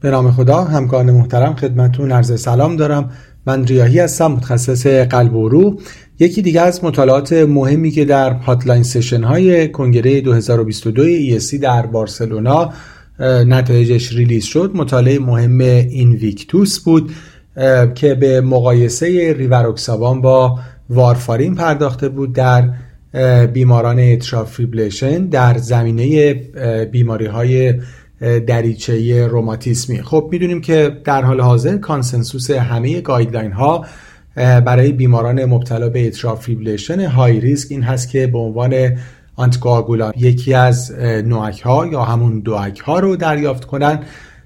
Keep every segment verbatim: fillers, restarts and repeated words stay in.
به نام خدا. همکاران محترم خدمتتون عرض سلام دارم. من ریاحی هستم، متخصص قلب و عروق. یکی دیگه از مطالعات مهمی که در هاتلاین سشن های کنگره دو هزار و بیست و دو ای اس سی در بارسلونا نتایجش ریلیز شد، مطالعه مهم اینویکتوس بود که به مقایسه ریواروکسابان با وارفارین پرداخته بود در بیماران اتریال فیبریلیشن در زمینه بیماری های دریچه‌ای روماتیسمی. خب میدونیم که در حال حاضر کانسنسوس همه گایدلاین ها برای بیماران مبتلا به اتریال فیبریلیشن های ریسک این هست که به عنوان آنتیکواگولان یکی از نوآک ها یا همون دوآک ها رو دریافت کنن.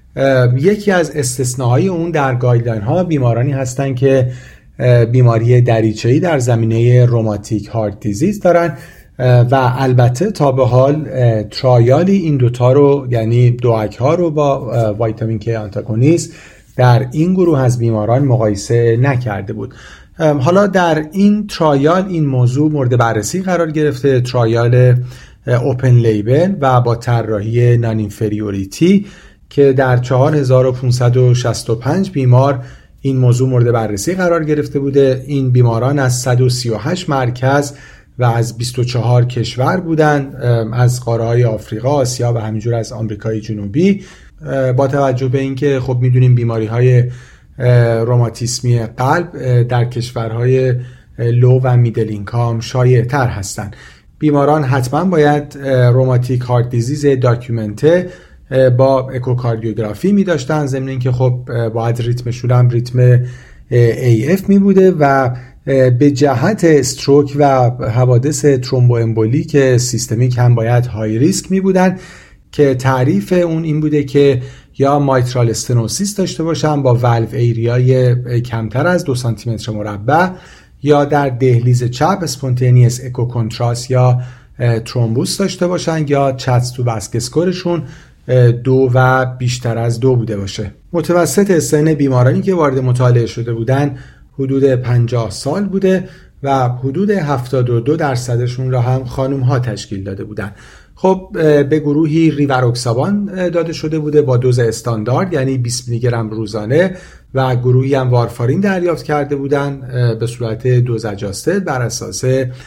یکی از استثناهای اون در گایدلاین ها بیمارانی هستن که بیماری دریچه‌ای در زمینه روماتیک هارت دیزیز دارن و البته تا به حال ترایالی این دوتا رو، یعنی دوآک ها رو با ویتامین کی آنتاگونیست در این گروه از بیماران مقایسه نکرده بود. حالا در این ترایال این موضوع مورد بررسی قرار گرفته، ترایال اوپن لیبل و با طراحی نان اینفریوریتی که در چهار هزار و پانصد و شصت و پنج بیمار این موضوع مورد بررسی قرار گرفته بوده. این بیماران از صد و سی و هشت مرکز و از بیست و چهار کشور بودند، از قاره‌های آفریقا، آسیا و همینجور از آمریکای جنوبی. با توجه به اینکه خب میدونیم بیماری‌های روماتیسمی قلب در کشورهای لو و میدل اینکام شایع‌تر هستند. بیماران حتما باید روماتیک هارت دیزیز داکیومنته با اکوکاردیوگرافی می داشتن، ضمن اینکه خب باید ریتمشون هم ریتم ای اف می بوده و به جهت استروک و حوادث ترومبو امبولیک سیستمیک هم باید های ریسک می بودن که تعریف اون این بوده که یا مایترال استنوسیس داشته باشن با ولو ایریای کمتر از دو سانتی متر مربع، یا در دهلیز چپ اسپونتینیوس اکو کنتراست یا ترومبوس داشته باشن، یا چتس تو بسک اسکورشون دو و بیشتر از دو بوده باشه. متوسط سن بیمارانی که وارد مطالعه شده بودن حدود پنجاه سال بوده و حدود هفتاد و دو درصدشون را هم خانم ها تشکیل داده بودن. خب به گروهی ریواروکسابان داده شده بوده با دوز استاندارد، یعنی بیست میلی گرم روزانه، و گروهی هم وارفارین دریافت کرده بودن به صورت دوز اجاستد بر اساس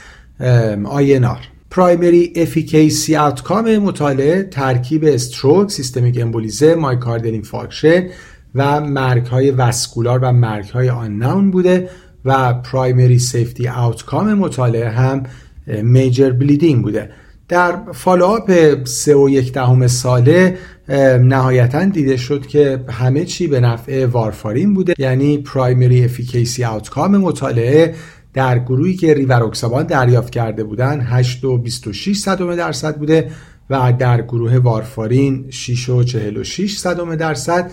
آی ان آر. پرایمری افیکیسی آوتکام مطالعه ترکیب استروک، سیستمیک امبولیزم، مایوکاردیال اینفارکشن و مرگ‌های واسکولار و مرگ‌های آننون بوده و پرایمری سیفتی آوتکام مطالعه هم میجر بلیدینگ بوده. در فالوآپ سه و یک دهم ساله نهایتاً دیده شد که همه چی به نفع وارفارین بوده، یعنی پرایمری افیکیسی آوتکام مطالعه در گروهی که ریواروکسابان دریافت کرده بودن هشت و بیست و شش صدم درصد بوده و در گروه وارفارین شش و چهل و شش صدم درصد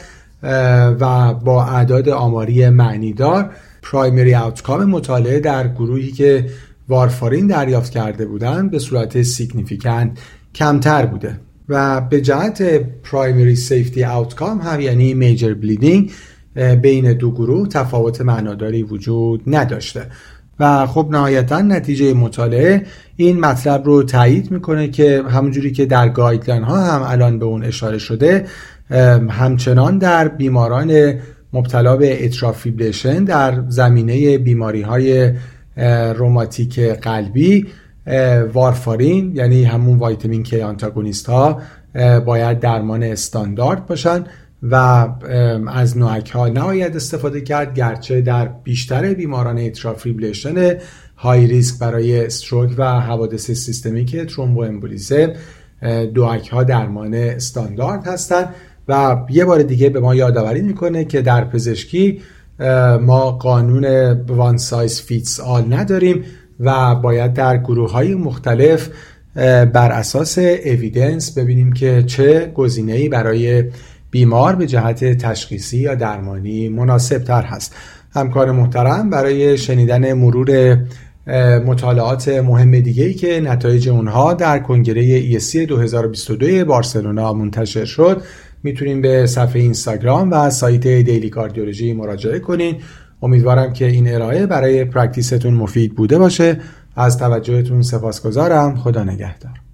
و با اعداد آماری معنیدار پرایمری آوتکام مطالعه در گروهی که وارفارین دریافت کرده بودن به صورت سیگنیفیکانت کمتر بوده و به جهت پرایمری سیفتی آوتکام هم، یعنی میجر بلیدینگ، بین دو گروه تفاوت معناداری وجود نداشته. و خب نهایتا نتیجه مطالعه این مطلب رو تایید میکنه که همونجوری که در گایدلاین ها هم الان به اون اشاره شده، همچنان در بیماران مبتلا به اتریال فیبریلیشن در زمینه بیماری های روماتیک قلبی وارفارین، یعنی همون ویتامین کی آنتاگونیست ها، باید درمان استاندارد باشن و از نوآک ها نباید استفاده کرد، گرچه در بیشتر بیماران اتریال فیبریلیشن های ریسک برای استروک و حوادث سیستمیک ترومبو امبولیزم دوآک ها درمان استاندارد هستند. و یه بار دیگه به ما یادآوری میکنه که در پزشکی ما قانون وان سایز فیتس آل نداریم و باید در گروه های مختلف بر اساس اویدنس ببینیم که چه گزینه‌ای برای بیمار به جهت تشخیصی یا درمانی مناسب تر هست. همکار محترم، برای شنیدن مرور مطالعات مهم دیگه‌ای که نتایج اونها در کنگره ای اس سی دو هزار و بیست و دو بارسلونا منتشر شد میتونین به صفحه اینستاگرام و سایت دیلی کاردیولوژی مراجعه کنین. امیدوارم که این ارائه برای پرکتیستون مفید بوده باشه. از توجهتون سپاسگزارم. خدا نگهدار.